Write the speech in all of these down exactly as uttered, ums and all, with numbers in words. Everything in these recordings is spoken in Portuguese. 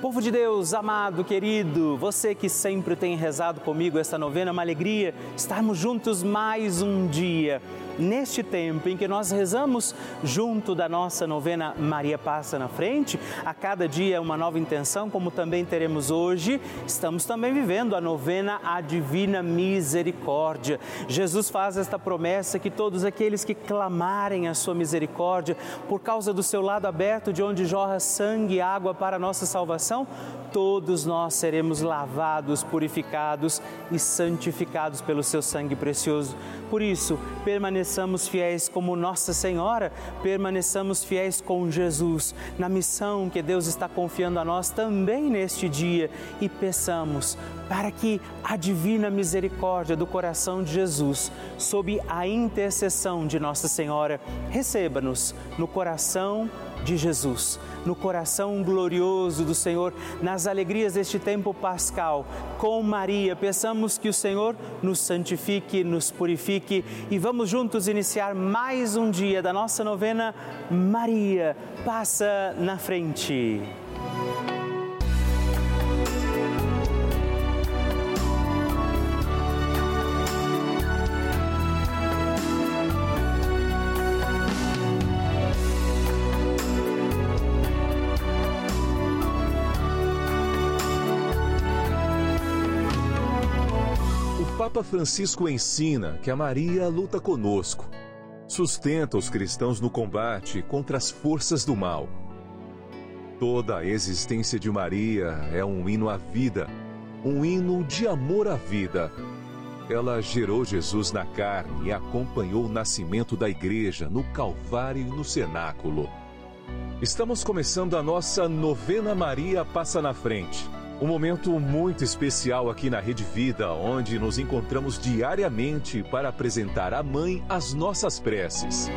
Povo de Deus, amado, querido, você que sempre tem rezado comigo esta novena, é uma alegria estarmos juntos mais um dia. Neste tempo em que nós rezamos junto da nossa novena Maria Passa na Frente, a cada dia é uma nova intenção, como também teremos hoje, estamos também vivendo a novena A Divina Misericórdia. Jesus faz esta promessa que todos aqueles que clamarem a sua misericórdia, por causa do seu lado aberto, de onde jorra sangue e água para a nossa salvação, todos nós seremos lavados, purificados e santificados pelo seu sangue precioso. Por isso, permaneçamos fiéis como Nossa Senhora, permaneçamos fiéis com Jesus, na missão que Deus está confiando a nós também neste dia, e peçamos para que a divina misericórdia do coração de Jesus, sob a intercessão de Nossa Senhora, receba-nos no coração de Jesus, no coração glorioso do Senhor, nas alegrias deste tempo pascal. Com Maria, peçamos que o Senhor nos santifique, nos purifique, e vamos juntos iniciar mais um dia da nossa novena Maria Passa na Frente. Papa Francisco ensina que a Maria luta conosco, sustenta os cristãos no combate contra as forças do mal. Toda a existência de Maria é um hino à vida, um hino de amor à vida. Ela gerou Jesus na carne e acompanhou o nascimento da Igreja no Calvário e no Cenáculo. Estamos começando a nossa novena Maria Passa na Frente. Um momento muito especial aqui na Rede Vida, onde nos encontramos diariamente para apresentar à Mãe as nossas preces.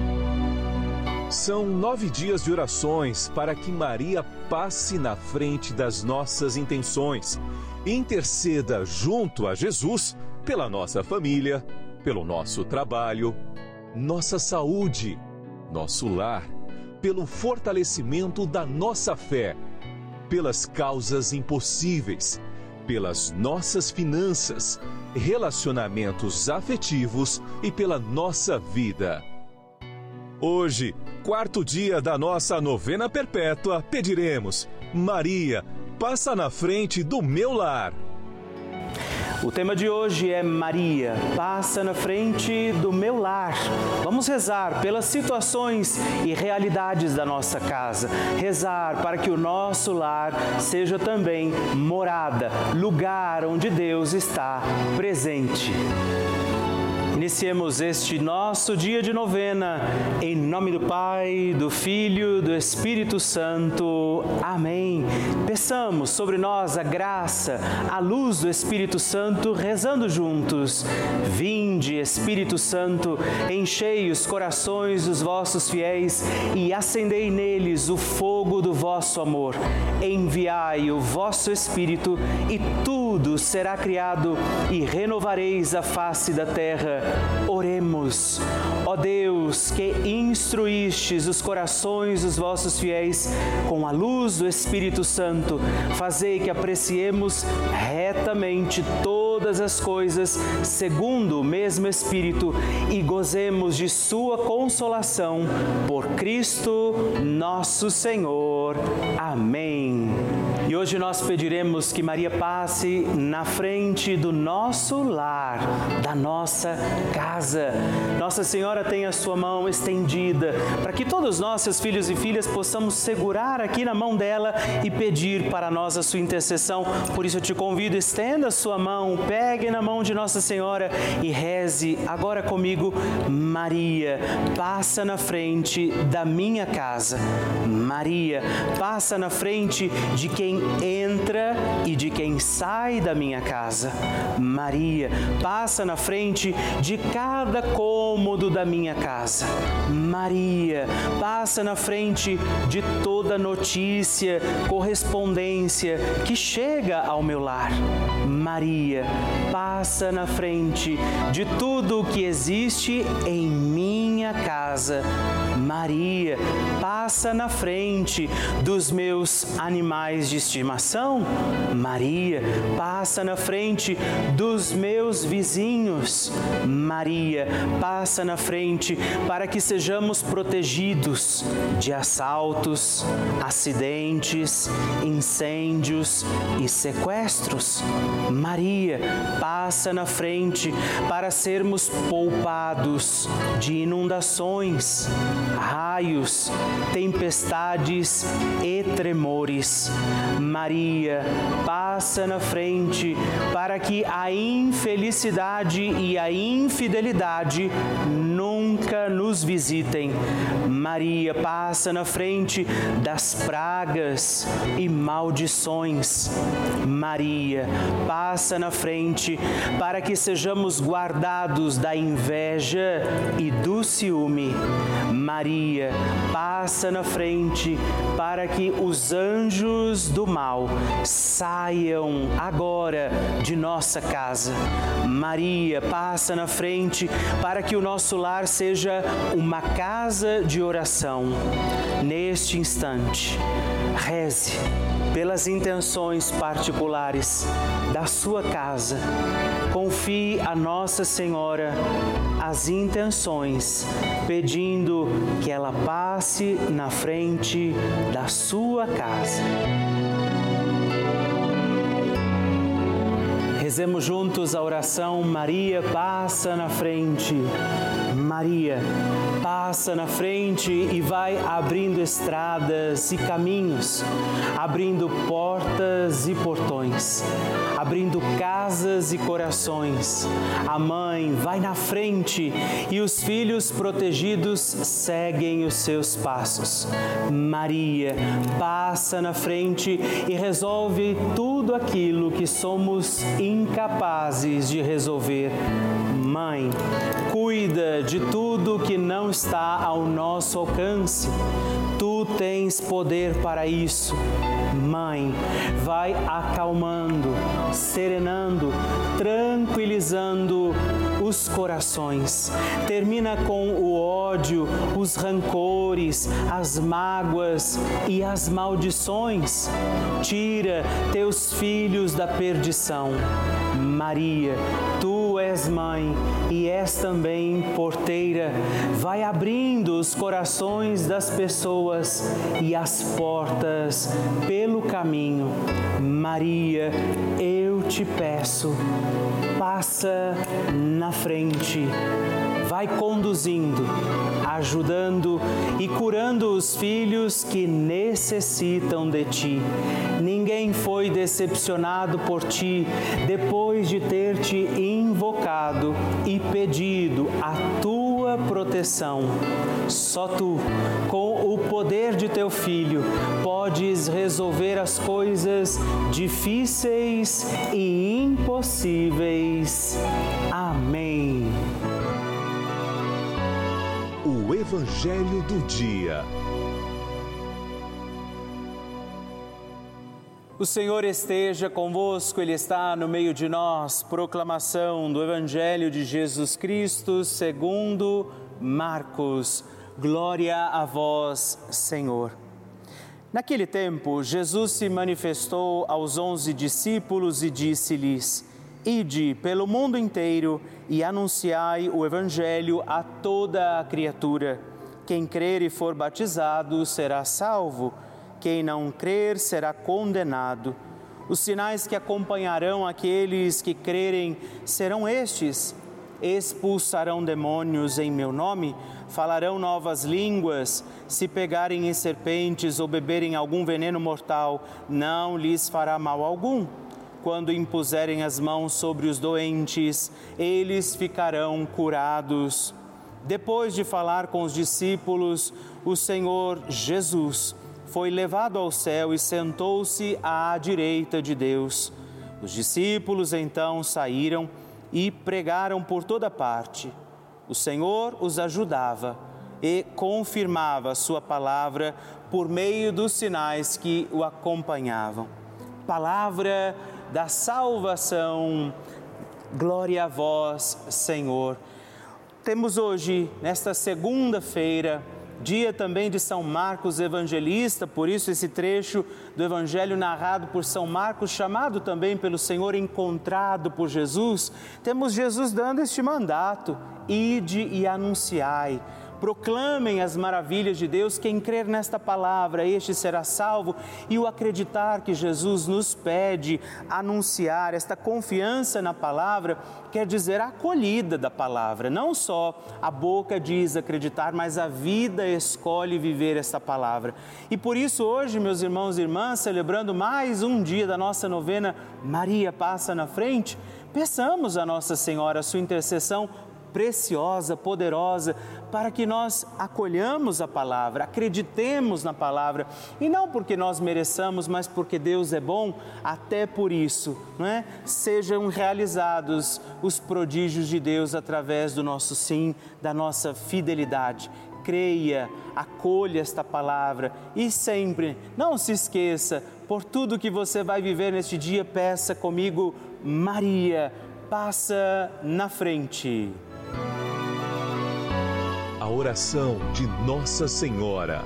São nove dias de orações para que Maria passe na frente das nossas intenções e interceda junto a Jesus pela nossa família, pelo nosso trabalho, nossa saúde, nosso lar, pelo fortalecimento da nossa fé, pelas causas impossíveis, pelas nossas finanças, relacionamentos afetivos e pela nossa vida. Hoje, quarto dia da nossa novena perpétua, pediremos: Maria, passa na frente do meu lar. O tema de hoje é Maria, passa na frente do meu lar. Vamos rezar pelas situações e realidades da nossa casa. Rezar para que o nosso lar seja também morada, lugar onde Deus está presente. Iniciemos este nosso dia de novena, em nome do Pai, do Filho, do Espírito Santo. Amém. Peçamos sobre nós a graça, a luz do Espírito Santo, rezando juntos. Vinde, Espírito Santo, enchei os corações dos vossos fiéis e acendei neles o fogo do vosso amor. Enviai o vosso Espírito e tudo será criado e renovareis a face da terra. Oremos. Ó Deus, que instruístes os corações dos vossos fiéis com a luz do Espírito Santo, fazei que apreciemos retamente todas as coisas segundo o mesmo Espírito e gozemos de sua consolação por Cristo nosso Senhor. Amém. E hoje nós pediremos que Maria passe na frente do nosso lar, da nossa casa. Nossa Senhora tem a sua mão estendida para que todos nós, seus filhos e filhas, possamos segurar aqui na mão dela e pedir para nós a sua intercessão. Por isso eu te convido, estenda a sua mão, pegue na mão de Nossa Senhora e reze agora comigo: Maria, passa na frente da minha casa. Maria, passa na frente de quem entra e de quem sai da minha casa. Maria, passa na frente de cada cômodo da minha casa. Maria, passa na frente de toda notícia, correspondência que chega ao meu lar. Maria, passa na frente de tudo o que existe em minha casa. Maria, passa na frente dos meus animais de estimação? Maria, passa na frente dos meus vizinhos. Maria, passa na frente para que sejamos protegidos de assaltos, acidentes, incêndios e sequestros. Maria, passa na frente para sermos poupados de inundações, raios, tempestades e tremores. Maria, passa na frente para que a infelicidade e a infidelidade nunca nos visitem. Maria, passa na frente das pragas e maldições. Maria, passa na frente para que sejamos guardados da inveja e do ciúme. Maria, passa na frente para que os anjos do mal saiam agora de nossa casa. Maria, passa na frente para que o nosso lar seja uma casa de oração. Neste instante, reze pelas intenções particulares da sua casa. Confie a Nossa Senhora as intenções, pedindo que ela passe na frente da sua casa. Rezemos juntos a oração Maria passa na frente. Maria passa na frente e vai abrindo estradas e caminhos, abrindo portas e portões, abrindo casas e corações. A mãe vai na frente e os filhos protegidos seguem os seus passos. Maria passa na frente e resolve tudo aquilo que somos incapazes de resolver. Mãe, cuida de tudo que não está ao nosso alcance. Tu tens poder para isso. Mãe, vai acalmando, serenando, tranquilizando os corações. Termina com o ódio, os rancores, as mágoas e as maldições. Tira teus filhos da perdição. Maria, tu és mãe e és também porteira. Vai abrindo os corações das pessoas e as portas pelo caminho. Maria, eu te peço, passa na frente. Vai conduzindo, ajudando e curando os filhos que necessitam de ti. Ninguém foi decepcionado por ti depois de ter te invocado e pedido a tua proteção. Só tu, com o poder de teu Filho, podes resolver as coisas difíceis e impossíveis. Amém. O Evangelho do Dia. O Senhor esteja convosco, Ele está no meio de nós. Proclamação do Evangelho de Jesus Cristo segundo Marcos. Glória a vós, Senhor. Naquele tempo, Jesus se manifestou aos onze discípulos e disse-lhes: Ide pelo mundo inteiro e anunciai o Evangelho a toda a criatura. Quem crer e for batizado será salvo. Quem não crer será condenado. Os sinais que acompanharão aqueles que crerem serão estes: expulsarão demônios em meu nome, falarão novas línguas, se pegarem em serpentes ou beberem algum veneno mortal, não lhes fará mal algum. Quando impuserem as mãos sobre os doentes, eles ficarão curados. Depois de falar com os discípulos, o Senhor Jesus foi levado ao céu e sentou-se à direita de Deus. Os discípulos então saíram e pregaram por toda parte. O Senhor os ajudava e confirmava a sua palavra por meio dos sinais que o acompanhavam. Palavra da salvação. Glória a vós, Senhor. Temos hoje, nesta segunda-feira, dia também de São Marcos Evangelista, por isso esse trecho do Evangelho narrado por São Marcos, chamado também pelo Senhor encontrado por Jesus, temos Jesus dando este mandato: ide e anunciai. Proclamem as maravilhas de Deus, quem crer nesta palavra, este será salvo. E o acreditar que Jesus nos pede anunciar, esta confiança na palavra, quer dizer a acolhida da palavra. Não só a boca diz acreditar, mas a vida escolhe viver esta palavra. E por isso hoje, meus irmãos e irmãs, celebrando mais um dia da nossa novena Maria Passa na Frente, peçamos a Nossa Senhora a sua intercessão preciosa, poderosa, para que nós acolhamos a palavra, acreditemos na palavra, e não porque nós mereçamos, mas porque Deus é bom, até por isso, não é? Sejam realizados os prodígios de Deus através do nosso sim, da nossa fidelidade. Creia, acolha esta palavra e sempre, não se esqueça, por tudo que você vai viver neste dia, peça comigo: Maria, passa na frente. A oração de Nossa Senhora.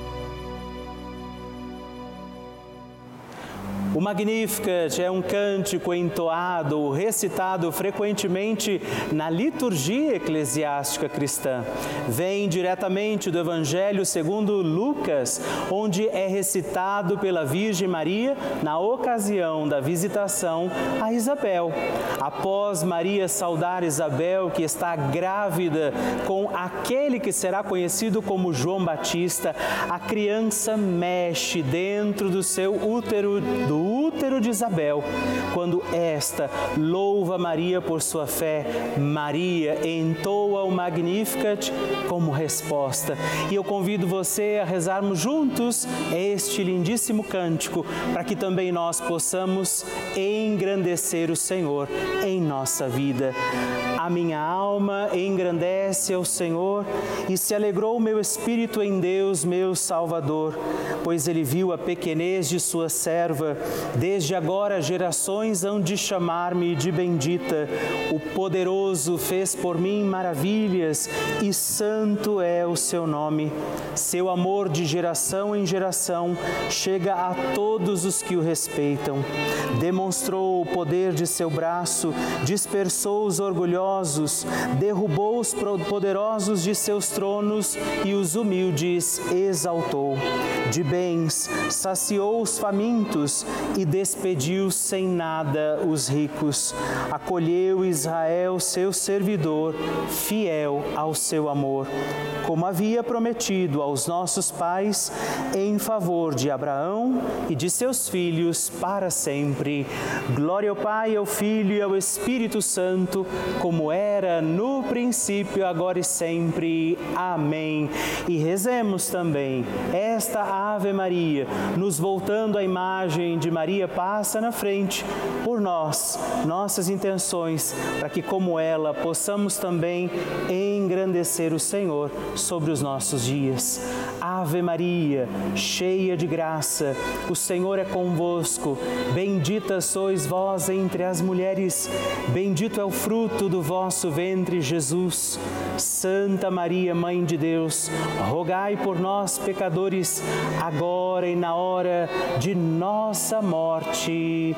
O Magnificat é um cântico entoado, recitado frequentemente na liturgia eclesiástica cristã. Vem diretamente do Evangelho segundo Lucas, onde é recitado pela Virgem Maria na ocasião da visitação a Isabel. Após Maria saudar Isabel, que está grávida com aquele que será conhecido como João Batista, a criança mexe dentro do seu útero, do útero de Isabel. Quando esta louva Maria por sua fé, Maria entoa o Magnificat como resposta. E eu convido você a rezarmos juntos este lindíssimo cântico, para que também nós possamos engrandecer o Senhor em nossa vida. A minha alma engrandece ao Senhor e se alegrou o meu espírito em Deus, meu Salvador, pois Ele viu a pequenez de sua serva. Desde agora gerações hão de chamar-me de bendita. O poderoso fez por mim maravilhas e santo é o seu nome. Seu amor de geração em geração chega a todos os que o respeitam. Demonstrou o poder de seu braço, dispersou os orgulhosos, derrubou os poderosos de seus tronos e os humildes exaltou. De bens saciou os famintos e despediu sem nada os ricos. Acolheu Israel, seu servidor, fiel ao seu amor, como havia prometido aos nossos pais, em favor de Abraão e de seus filhos para sempre. Glória ao Pai, ao Filho e ao Espírito Santo, como era no princípio, agora e sempre. Amém. E rezemos também esta Ave Maria, nos voltando à imagem de Maria passa na frente, por nós, nossas intenções, para que como ela possamos também engrandecer o Senhor sobre os nossos dias. Ave Maria, cheia de graça, o Senhor é convosco. Bendita sois vós entre as mulheres, bendito é o fruto do vosso ventre, Jesus. Santa Maria, Mãe de Deus, rogai por nós, pecadores, agora e na hora de nossa morte.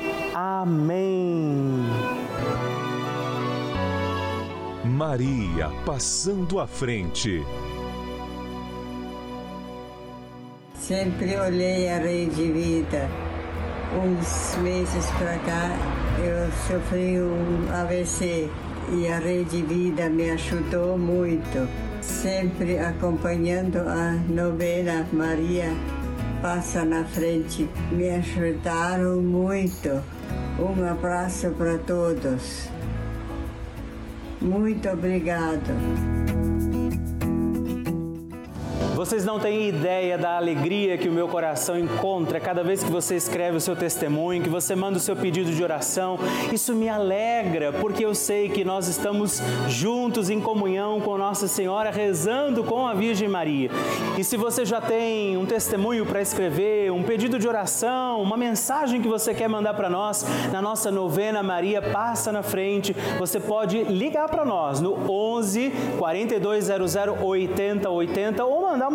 Amém. Maria passando à frente. Sempre olhei a Rede Vida. Uns meses para cá eu sofri um A V C e a Rede Vida me ajudou muito. Sempre acompanhando a novena Maria Passa na Frente. Me ajudaram muito. Um abraço para todos. Muito obrigado. Vocês não têm ideia da alegria que o meu coração encontra cada vez que você escreve o seu testemunho, que você manda o seu pedido de oração. Isso me alegra, porque eu sei que nós estamos juntos em comunhão com Nossa Senhora, rezando com a Virgem Maria. E se você já tem um testemunho para escrever, um pedido de oração, uma mensagem que você quer mandar para nós, na nossa novena Maria Passa na Frente, você pode ligar para nós no onze, quarenta e dois zero zero, oitenta oitenta ou mandar uma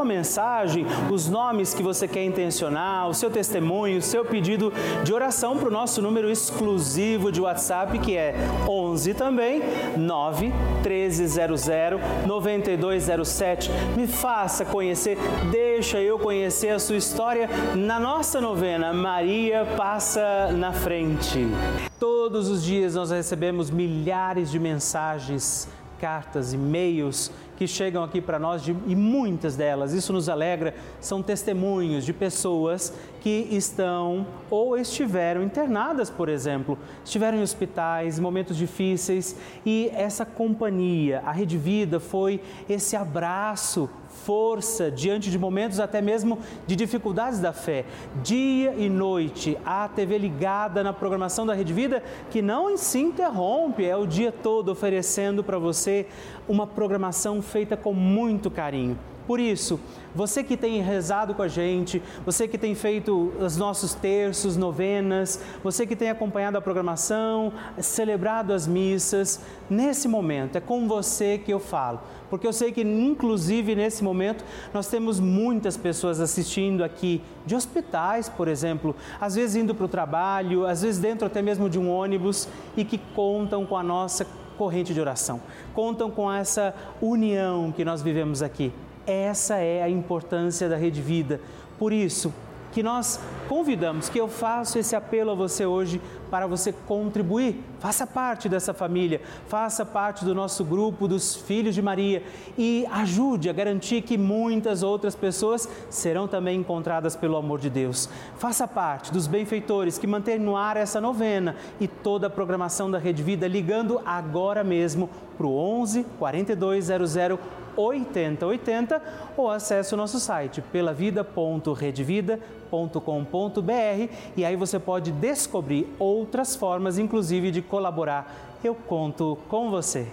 uma mensagem, os nomes que você quer intencionar, o seu testemunho, o seu pedido de oração para o nosso número exclusivo de WhatsApp, que é onze também, nove treze zero zero nove dois zero sete. Me faça conhecer, deixa eu conhecer a sua história na nossa novena Maria Passa na Frente. Todos os dias nós recebemos milhares de mensagens, cartas, e-mails que chegam aqui para nós de, e muitas delas, isso nos alegra, são testemunhos de pessoas que estão ou estiveram internadas, por exemplo, estiveram em hospitais, em momentos difíceis, e essa companhia, a Rede Vida, foi esse abraço, força diante de momentos até mesmo de dificuldades da fé. Dia e noite, a T V ligada na programação da Rede Vida, que não se interrompe, é o dia todo oferecendo para você uma programação feita com muito carinho. Por isso, você que tem rezado com a gente, você que tem feito os nossos terços, novenas, você que tem acompanhado a programação, celebrado as missas, nesse momento é com você que eu falo. Porque eu sei que, inclusive, nesse momento, nós temos muitas pessoas assistindo aqui, de hospitais, por exemplo, às vezes indo para o trabalho, às vezes dentro até mesmo de um ônibus, e que contam com a nossa corrente de oração, contam com essa união que nós vivemos aqui. Essa é a importância da Rede Vida. Por isso que nós convidamos, que eu faço esse apelo a você hoje para você contribuir. Faça parte dessa família, faça parte do nosso grupo dos Filhos de Maria e ajude a garantir que muitas outras pessoas serão também encontradas pelo amor de Deus. Faça parte dos benfeitores que mantêm no ar essa novena e toda a programação da Rede Vida, ligando agora mesmo para o onze, quarenta e dois zero zero, oitenta oitenta ou acesse o nosso site pelavida ponto redevida ponto com ponto br e aí você pode descobrir outras formas, inclusive, de colaborar. Eu conto com você.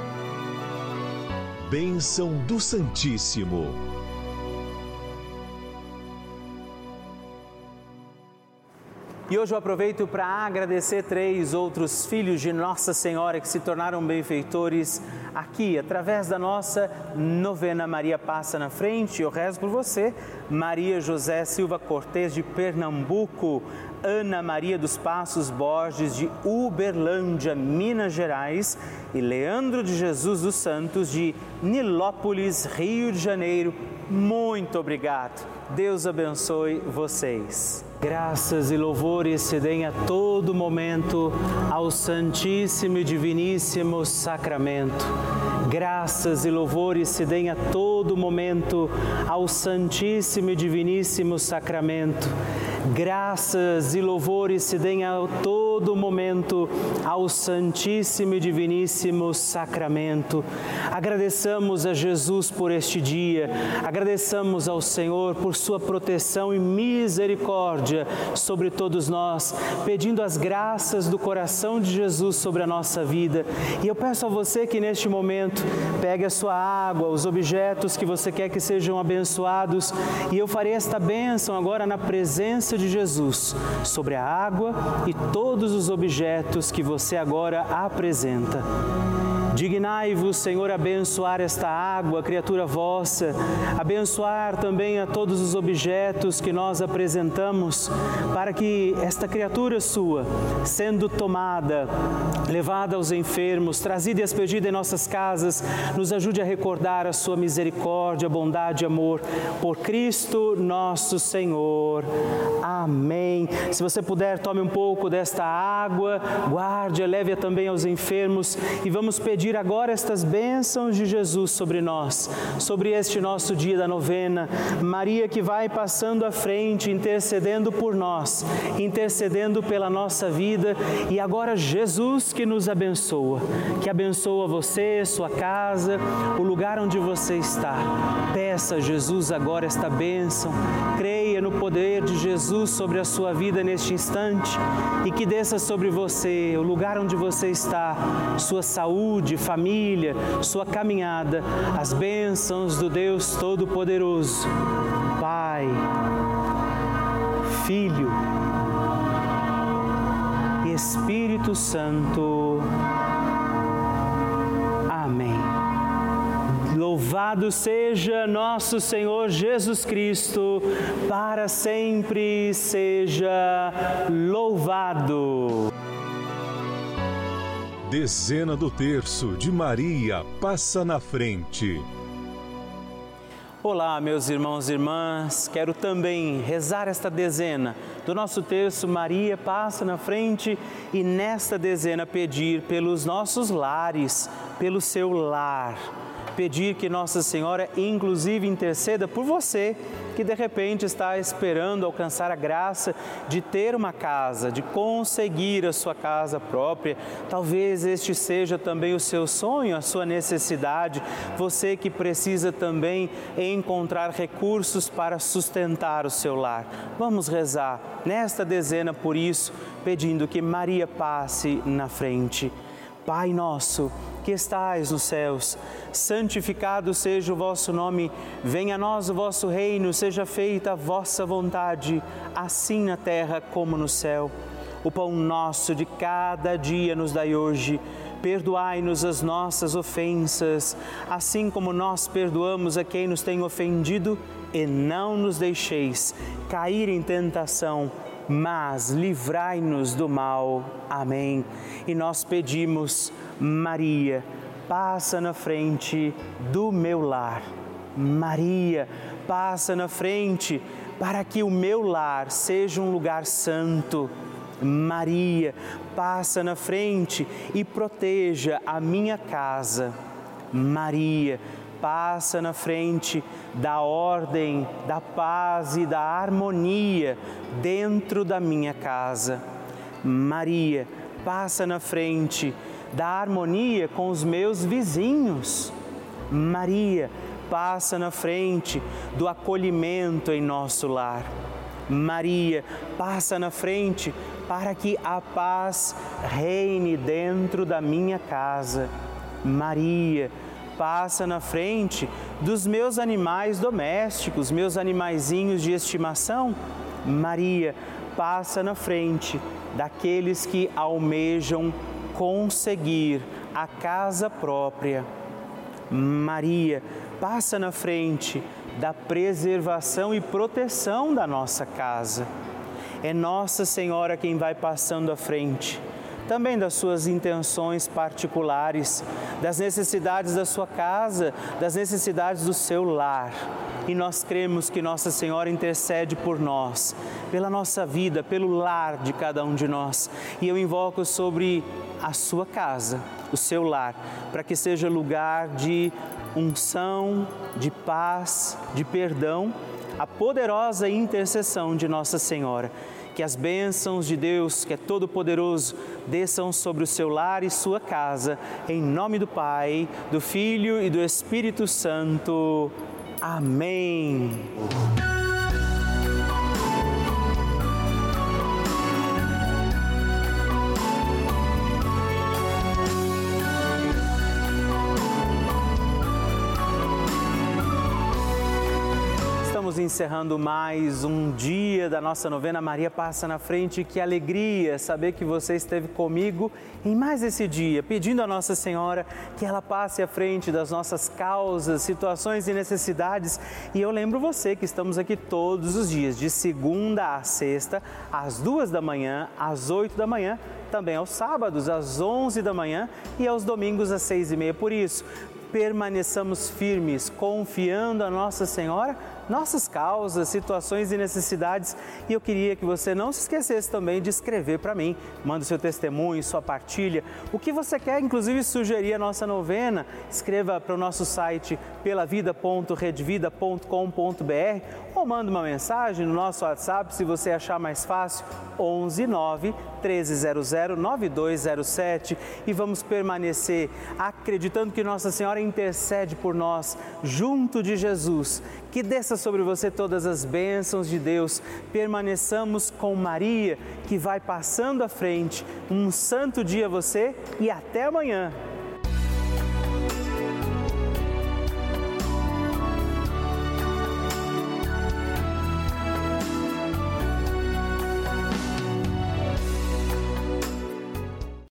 Bênção do Santíssimo. E hoje eu aproveito para agradecer três outros filhos de Nossa Senhora que se tornaram benfeitores aqui, através da nossa novena Maria Passa na Frente. Eu rezo por você, Maria José Silva Cortês, de Pernambuco, Ana Maria dos Passos Borges, de Uberlândia, Minas Gerais, e Leandro de Jesus dos Santos, de Nilópolis, Rio de Janeiro. Muito obrigado. Deus abençoe vocês. Graças e louvores se deem a todo momento ao Santíssimo e Diviníssimo Sacramento. Graças e louvores se deem a todo momento ao Santíssimo e Diviníssimo Sacramento. Graças e louvores se deem a todo momento ao Santíssimo e Diviníssimo Sacramento. Agradeçamos a Jesus por este dia, agradeçamos ao Senhor por sua proteção e misericórdia sobre todos nós, pedindo as graças do coração de Jesus sobre a nossa vida. E eu peço a você que neste momento pegue a sua água, os objetos que você quer que sejam abençoados, e eu farei esta bênção agora na presença de Jesus sobre a água e todos os objetos que você agora apresenta. Dignai-vos, Senhor, abençoar esta água, criatura vossa, abençoar também a todos os objetos que nós apresentamos, para que esta criatura sua, sendo tomada, levada aos enfermos, trazida e aspergida em nossas casas, nos ajude a recordar a sua misericórdia, bondade e amor, por Cristo nosso Senhor. Amém. Se você puder, tome um pouco desta água, guarde, leve-a também aos enfermos e vamos pedir Pedir agora estas bênçãos de Jesus sobre nós, sobre este nosso dia da novena. Maria que vai passando à frente, intercedendo por nós, intercedendo pela nossa vida, e agora Jesus que nos abençoa, que abençoa você, sua casa, o lugar onde você está. Peça a Jesus agora esta bênção, creia no poder de Jesus sobre a sua vida neste instante e que desça sobre você, o lugar onde você está, sua saúde, família, sua caminhada, as bênçãos do Deus Todo-Poderoso, Pai, Filho e Espírito Santo. Amém. Louvado Louvado seja nosso Senhor Jesus Cristo, para sempre seja louvado. Dezena do terço de Maria passa na frente. Olá, meus irmãos e irmãs, quero também rezar esta dezena do nosso terço Maria passa na frente e nesta dezena pedir pelos nossos lares, pelo seu lar. Pedir que Nossa Senhora, inclusive, interceda por você que de repente está esperando alcançar a graça de ter uma casa, de conseguir a sua casa própria. Talvez este seja também o seu sonho, a sua necessidade. Você que precisa também encontrar recursos para sustentar o seu lar. Vamos rezar nesta dezena por isso, pedindo que Maria passe na frente. Pai nosso, que estais nos céus, santificado seja o vosso nome, venha a nós o vosso reino, seja feita a vossa vontade, assim na terra como no céu. O pão nosso de cada dia nos dai hoje, perdoai-nos as nossas ofensas, assim como nós perdoamos a quem nos tem ofendido, e não nos deixeis cair em tentação, mas livrai-nos do mal. Amém. E nós pedimos, Maria, passa na frente do meu lar. Maria, passa na frente para que o meu lar seja um lugar santo. Maria, passa na frente e proteja a minha casa. Maria, passa na frente da ordem, da paz e da harmonia dentro da minha casa. Maria, passa na frente da harmonia com os meus vizinhos. Maria, passa na frente do acolhimento em nosso lar. Maria, passa na frente para que a paz reine dentro da minha casa. Maria, passa na frente dos meus animais domésticos, meus animaizinhos de estimação. Maria, passa na frente daqueles que almejam conseguir a casa própria. Maria, passa na frente da preservação e proteção da nossa casa. É Nossa Senhora quem vai passando à frente, também das suas intenções particulares, das necessidades da sua casa, das necessidades do seu lar. E nós cremos que Nossa Senhora intercede por nós, pela nossa vida, pelo lar de cada um de nós. E eu invoco sobre a sua casa, o seu lar, para que seja lugar de unção, de paz, de perdão, a poderosa intercessão de Nossa Senhora. Que as bênçãos de Deus, que é todo-poderoso, desçam sobre o seu lar e sua casa, em nome do Pai, do Filho e do Espírito Santo. Amém. Estamos encerrando mais um dia da nossa novena Maria Passa na Frente. Que alegria saber que você esteve comigo em mais esse dia, pedindo a Nossa Senhora que ela passe à frente das nossas causas, situações e necessidades. E eu lembro você que estamos aqui todos os dias, de segunda a sexta, às duas da manhã, às oito da manhã, também aos sábados, às onze da manhã e aos domingos, às seis e meia. Por isso, permaneçamos firmes, confiando a Nossa Senhora nossas causas, situações e necessidades. E eu queria que você não se esquecesse também de escrever para mim. Manda o seu testemunho, sua partilha, o que você quer, inclusive sugerir a nossa novena. Escreva para o nosso site pelavida ponto redvida ponto com ponto br ou manda uma mensagem no nosso WhatsApp, se você achar mais fácil, onze nove, treze zero zero, nove dois zero sete. E vamos permanecer acreditando que Nossa Senhora intercede por nós junto de Jesus. Que desça sobre você todas as bênçãos de Deus. Permaneçamos com Maria, que vai passando à frente. Um santo dia a você e até amanhã.